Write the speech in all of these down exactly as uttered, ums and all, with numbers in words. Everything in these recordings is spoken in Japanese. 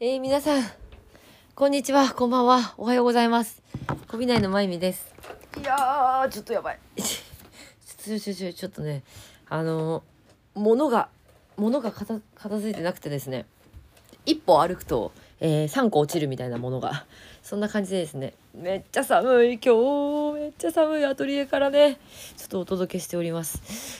えー、皆さんこんにちは、こんばんは、おはようございます。こびないのまゆみです。いやーちょっとやばいちょちょちょちょっとね、あのー、物が物が片片付いてなくてですね、一歩歩くと、えー、さんこ落ちるみたいなものがそんな感じでですね、めっちゃ寒い、今日めっちゃ寒いアトリエからねちょっとお届けしております。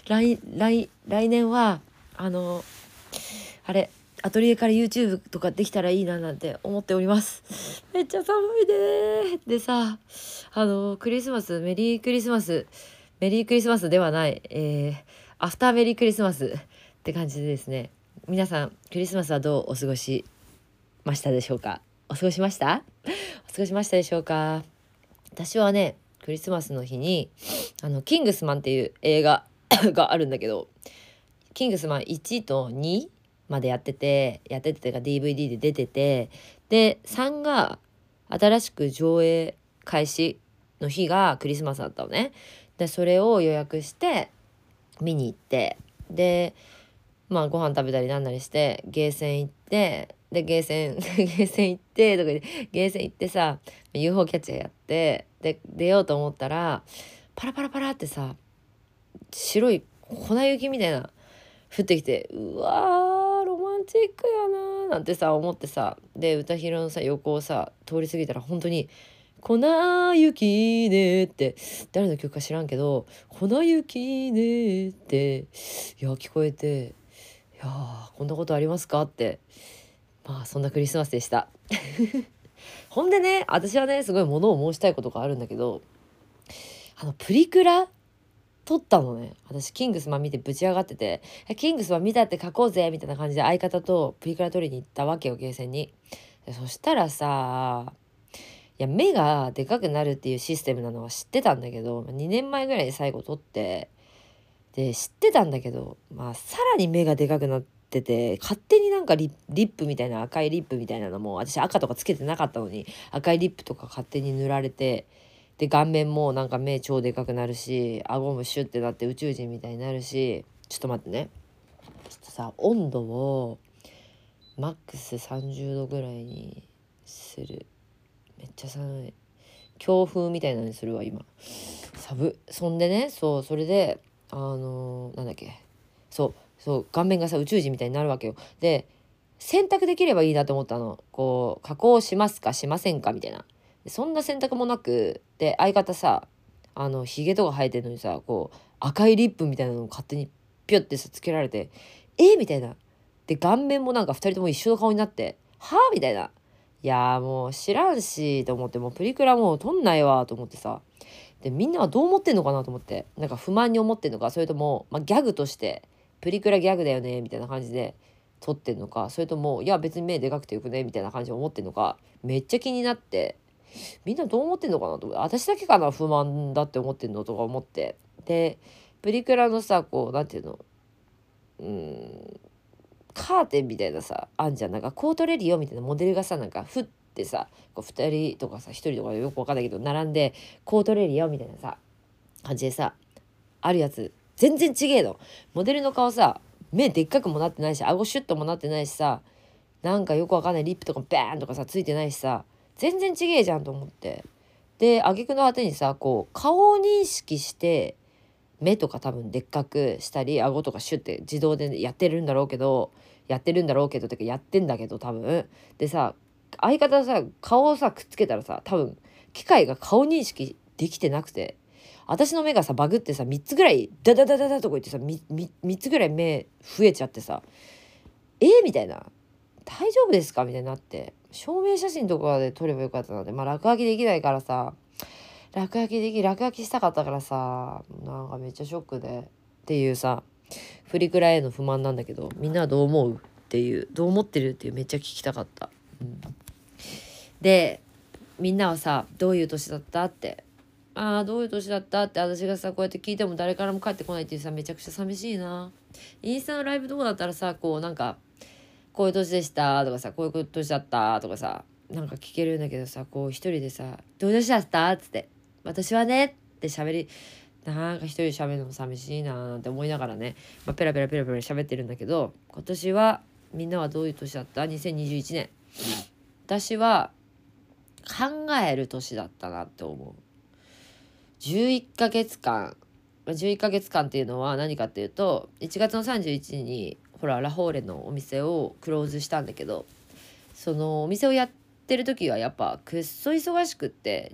来来来年はあのー、あれアトリエから YouTube とかできたらいいななんて思っております。めっちゃ寒いででさ、あのクリスマスメリークリスマスメリークリスマスではない、えー、アフターメリークリスマスって感じでですね、皆さんクリスマスはどうお過ごしましたでしょうか。お過ごしましたお過ごしましたでしょうか。私はね、クリスマスの日にあのキングスマンっていう映画があるんだけど、キングスマンいちとにまでやっててやっててというか ディーブイディー で出てて、でさんが新しく上映開始の日がクリスマスだったのね。でそれを予約して見に行って、でまあご飯食べたりなんなりしてゲーセン行って、でゲーセンゲーセン行ってとかでゲーセン行ってさ ユーフォー キャッチャーやって、で出ようと思ったらパラパラパラってさ白い粉雪みたいな降ってきて、うわーロマンチックやなーなんてさ思ってさ、で歌広のさ横をさ通り過ぎたら本当に粉雪ねって誰の曲か知らんけど粉雪ねっていや聞こえて、いやーこんなことありますかって、まあそんなクリスマスでしたほんでね、私はねすごい物を申したいことがあるんだけど、あのプリクラ撮ったのね。私キングスマン見てぶち上がってて、キングスマン見たって書こうぜみたいな感じで相方とプリクラ撮りに行ったわけよ、ゲーセンに。でそしたらさ、いや目がでかくなるっていうシステムなのは知ってたんだけど、にねんまえぐらいで最後撮って、で知ってたんだけど、まあさらに目がでかくなってて、勝手になんかリリップみたいな、赤いリップみたいなのも、私赤とかつけてなかったのに赤いリップとか勝手に塗られて、で顔面もなんか目超でかくなるし、顎もシュッてなって宇宙人みたいになるし、ちょっと待ってね、ちょっとさ温度をマックスさんじゅうどぐらいにする。めっちゃ寒い、強風みたいなのにするわ今、寒。そんでね、そうそれであのー、なんだっけ、そうそう顔面がさ宇宙人みたいになるわけよ。で選択できればいいなと思ったの、こう加工しますかしませんかみたいな。そんな選択もなく、で相方さあのヒゲとか生えてるのにさ、こう赤いリップみたいなのを勝手にピュッてさつけられて、えみたいな。で顔面もなんかふたりとも一緒の顔になって、はあみたいな。いやーもう知らんしと思って、もうプリクラもう撮んないわと思ってさ、でみんなはどう思ってんのかなと思って、なんか不満に思ってんのか、それとも、まあ、ギャグとしてプリクラギャグだよねみたいな感じで撮ってんのか、それともいや別に目でかくてよくねみたいな感じで思ってんのか、めっちゃ気になって、みんなどう思ってんのかなと思って、私だけかな不満だって思ってんのとか思って、でプリクラのさこうなんていうの、うーんカーテンみたいなさあんじゃん、なんかこう撮れるよみたいなモデルがさなんかふってさこうふたりとかさひとりとかよくわかんないけど並んでこう撮れるよみたいなさ感じでさあるやつ、全然ちげえの。モデルの顔さ目でっかくもなってないし、顎シュッともなってないしさ、なんかよくわかんないリップとかバーンとかさついてないしさ、全然ちげえじゃんと思って、で挙句の果てにさこう顔を認識して目とか多分でっかくしたり顎とかシュッて自動でやってるんだろうけどやってるんだろうけどてかやってんだけど多分でさ、相方さ顔をさくっつけたらさ多分機械が顔認識できてなくて、私の目がさバグってさみっつぐらいダダダダダとか言ってさ みみみっつぐらい目増えちゃってさ、えー、みたいな、大丈夫ですかみたいになって、証明写真とかで撮ればよかったので、まあ落書きできないからさ、落書きでき落書きしたかったからさ、なんかめっちゃショックでっていうさ、プリクラへの不満なんだけど、みんなはどう思うっていう、どう思ってるっていう、めっちゃ聞きたかった、うん、でみんなはさどういう年だったって、ああどういう年だったって私がさこうやって聞いても誰からも返ってこないっていうさ、めちゃくちゃ寂しいな。インスタのライブとかだったらさこうなんかこういう年でしたとかさ、こういう年だったとかさなんか聞けるんだけどさ、こう一人でさどういう年だったっつって私はねって喋り、なんか一人で喋るのも寂しいなーなんて思いながらね、まあ、ペラペラペラペラ喋ってるんだけど、今年はみんなはどういう年だった？ にせんにじゅういち 年私は考える年だったなって思う。じゅういっかげつかんじゅういっかげつかんっていうのは何かっていうと、いちがつのさんじゅういちにちにほらラフォーレのお店をクローズしたんだけど、そのお店をやってる時はやっぱくっそ忙しくって、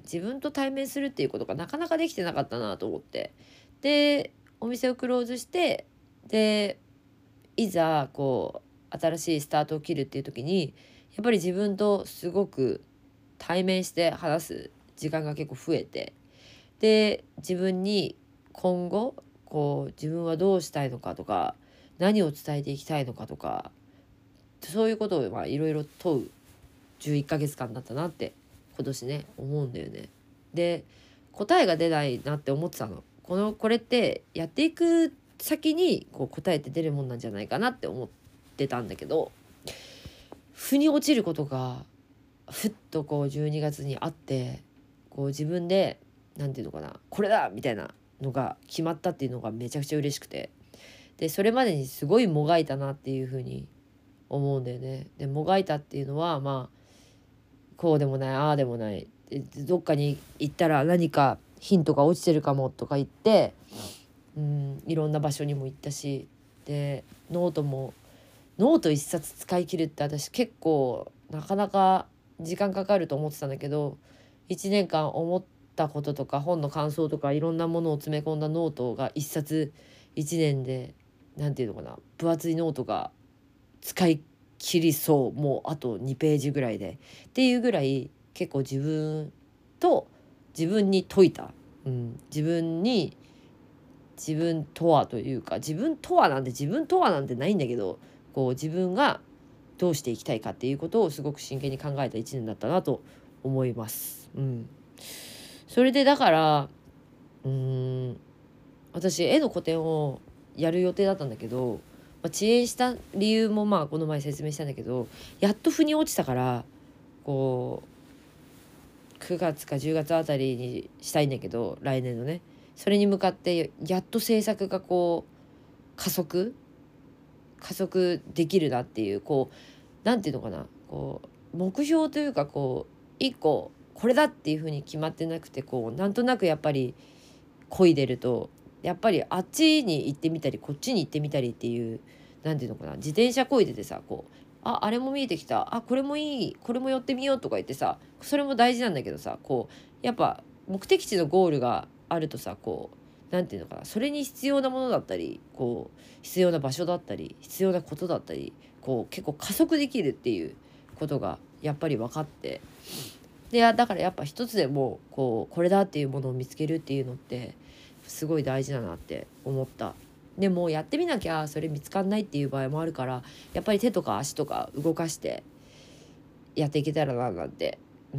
自分と対面するっていうことがなかなかできてなかったなと思って、でお店をクローズして、でいざこう新しいスタートを切るっていう時に、やっぱり自分とすごく対面して話す時間が結構増えて、で自分に今後こう自分はどうしたいのかとか、何を伝えていきたいのかとか、そういうことをまあいろいろ問うじゅういっかげつかんだったなって今年ね思うんだよね。で答えが出ないなって思ってたの。このこれってやっていく先にこう答えって出るもんなんじゃないかなって思ってたんだけど、腑に落ちることがふっとこうじゅうにがつにあって、こう自分でなんていうのかな、これだみたいなのが決まったっていうのがめちゃくちゃ嬉しくて、でそれまでにすごいもがいたなっていうふうに思うんだよね。でもがいたっていうのはまあこうでもないああでもない、どっかに行ったら何かヒントが落ちてるかもとか言って、うん、いろんな場所にも行ったし、でノートもノート一冊使い切るって私結構なかなか時間かかると思ってたんだけど、いちねんかん思ったこととか本の感想とかいろんなものを詰め込んだノートが一冊いちねんで、なんていうのかな、分厚いノートが使い切りそう、もうあとにページぐらいでっていうぐらい結構自分と自分に説いた、うん、自分に自分とはというか、自分とはなんて自分とはなんてないんだけど、こう自分がどうしていきたいかっていうことをすごく真剣に考えたいちねんだったなと思います。うん、それでだからうーん私絵の個展をやる予定だったんだけど、まあ、遅延した理由もまあこの前説明したんだけど、やっと腑に落ちたから、こうくがつかじゅうがつあたりにしたいんだけど、来年のね、それに向かってやっと制作がこう加速加速できるなっていう、こうなんていうのかな、こう目標というか、こう一個これだっていうふうに決まってなくて、こうなんとなくやっぱり漕いでると、やっぱりあっちに行ってみたりこっちに行ってみたりっていう、なんていうのかな、自転車漕いでてさ、こうああれも見えてきた、あこれもいい、これも寄ってみようとか言ってさ、それも大事なんだけどさ、こうやっぱ目的地のゴールがあるとさ、こうなんていうのかな、それに必要なものだったり、こう必要な場所だったり必要なことだったり、こう結構加速できるっていうことがやっぱり分かって、でだからやっぱ一つでもこうこれだっていうものを見つけるっていうのってすごい大事だなって思った。でもやってみなきゃそれ見つかんないっていう場合もあるから、やっぱり手とか足とか動かしてやっていけたらななんて、うん、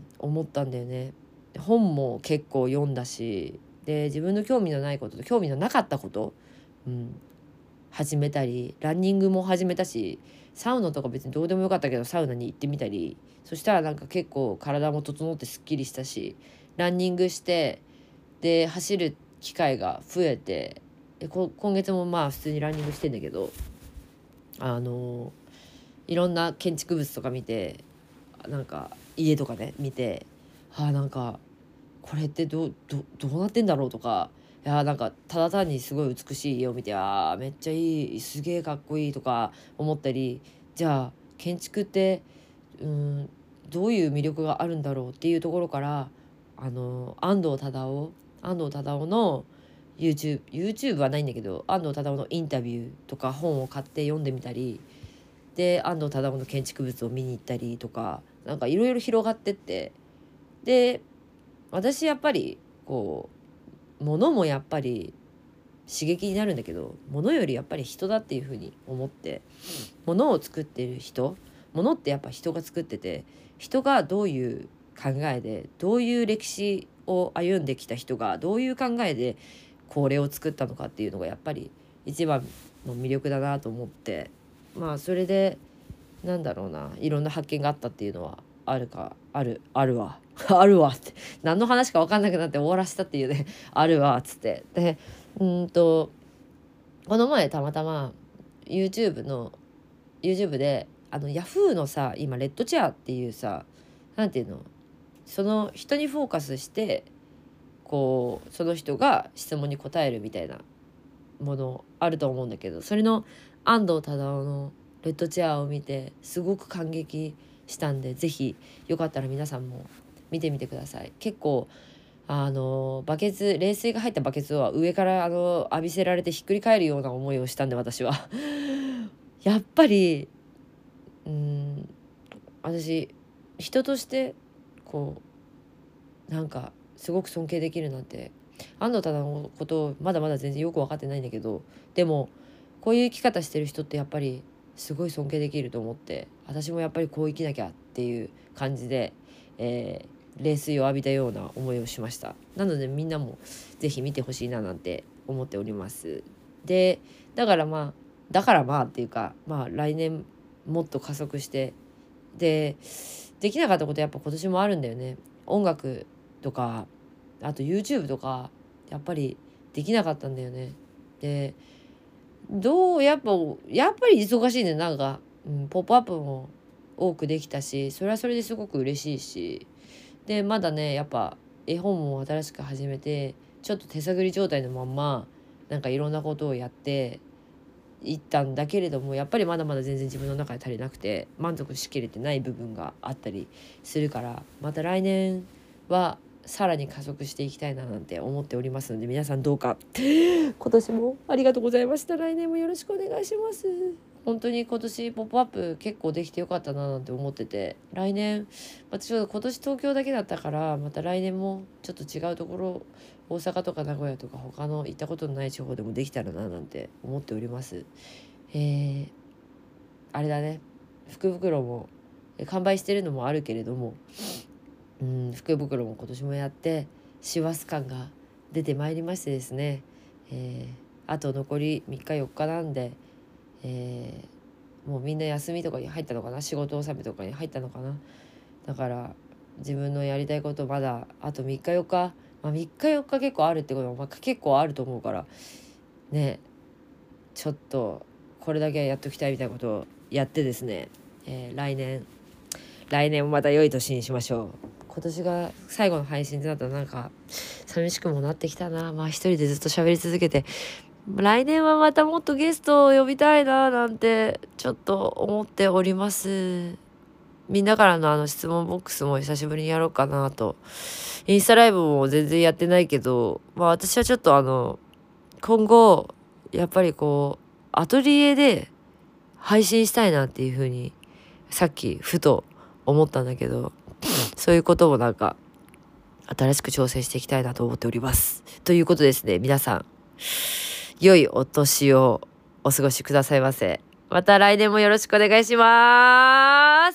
思ったんだよね。本も結構読んだし、で自分の興味のないことと興味のなかったこと、うん、始めたり、ランニングも始めたし、サウナとか別にどうでもよかったけどサウナに行ってみたり、そしたらなんか結構体も整ってすっきりしたし、ランニングしてで走る機会が増えて、でこ今月もまあ普通にランニングしてんだけど、あのいろんな建築物とか見て、なんか家とかね見て、あなんかこれってどうどどうなってんだろうとか、いやなんかただ単にすごい美しい家を見て、あーめっちゃいい、すげえかっこいいとか思ったり、じゃあ建築ってうんどういう魅力があるんだろうっていうところから、あの安藤忠雄安藤忠雄の YouTube YouTube はないんだけど、安藤忠雄のインタビューとか本を買って読んでみたり、で安藤忠雄の建築物を見に行ったりとか、なんかいろいろ広がってって、で私やっぱりこう物もやっぱり刺激になるんだけど、物よりやっぱり人だっていうふうに思って、物を作ってる人、物ってやっぱ人が作ってて、人がどういう考えでどういう歴史を歩んできた人がどういう考えでこれを作ったのかっていうのがやっぱり一番の魅力だなと思って、まあそれでなんだろうな、いろんな発見があったっていうのはあるかあるあるわあるわって何の話か分かんなくなって終わらせたっていうねあるわっつって、でうんとこの前たまたま YouTube の YouTube であのヤフーのさ今レッドチェアっていうさ、なんていうの、その人にフォーカスしてこうその人が質問に答えるみたいなものあると思うんだけど、それの安藤忠雄のレッドチェアを見てすごく感激したんで、ぜひよかったら皆さんも見てみてください。結構あのバケツ、冷水が入ったバケツは上からあの浴びせられてひっくり返るような思いをしたんで、私はやっぱりうーん私人としてこうなんかすごく尊敬できるなんて、安藤忠のことをまだまだ全然よく分かってないんだけど、でもこういう生き方してる人ってやっぱりすごい尊敬できると思って、私もやっぱりこう生きなきゃっていう感じで、えー、冷水を浴びたような思いをしました。なのでみんなもぜひ見てほしいななんて思っております。でだからまあだからまあっていうか、まあ来年もっと加速して、でできなかったことやっぱ今年もあるんだよね。音楽とかあと YouTube とかやっぱりできなかったんだよね。でどうやっぱやっぱり忙しいね。なんか、うん、ポップアップも多くできたし、それはそれですごく嬉しいし、でまだねやっぱ絵本も新しく始めてちょっと手探り状態のまんまなんかいろんなことをやっていったんだけれども、やっぱりまだまだ全然自分の中で足りなくて満足しきれてない部分があったりするから、また来年はさらに加速していきたいななんて思っておりますので、皆さんどうか今年もありがとうございました。来年もよろしくお願いします。本当に今年ポップアップ結構できてよかったななんて思ってて、来年またちょっと今年東京だけだったから、また来年もちょっと違うところ、大阪とか名古屋とか他の行ったことのない地方でもできたらななんて思っております。えー、あれだね、福袋も完売してるのもあるけれども、うん、福袋も今年もやって師走感が出てまいりましてですね、えー、あと残りみっかよっかなんで、えー、もうみんな休みとかに入ったのかな、仕事納めとかに入ったのかな。だから自分のやりたいことまだあとみっかよっか、まあ、みっかよっか結構あるってことも、まあ、結構あると思うからね、ちょっとこれだけはやっときたいみたいなことをやってですね、えー、来年来年もまた良い年にしましょう。今年が最後の配信ってなったらなんか寂しくもなってきたな。まあ一人でずっと喋り続けて、来年はまたもっとゲストを呼びたいななんてちょっと思っております。みんなからのあの質問ボックスも久しぶりにやろうかなと。インスタライブも全然やってないけど、まあ私はちょっとあの今後やっぱりこうアトリエで配信したいなっていう風にさっきふと思ったんだけど、そういうこともなんか新しく挑戦していきたいなと思っております。ということですね、皆さん良いお年をお過ごしくださいませ。また来年もよろしくお願いします。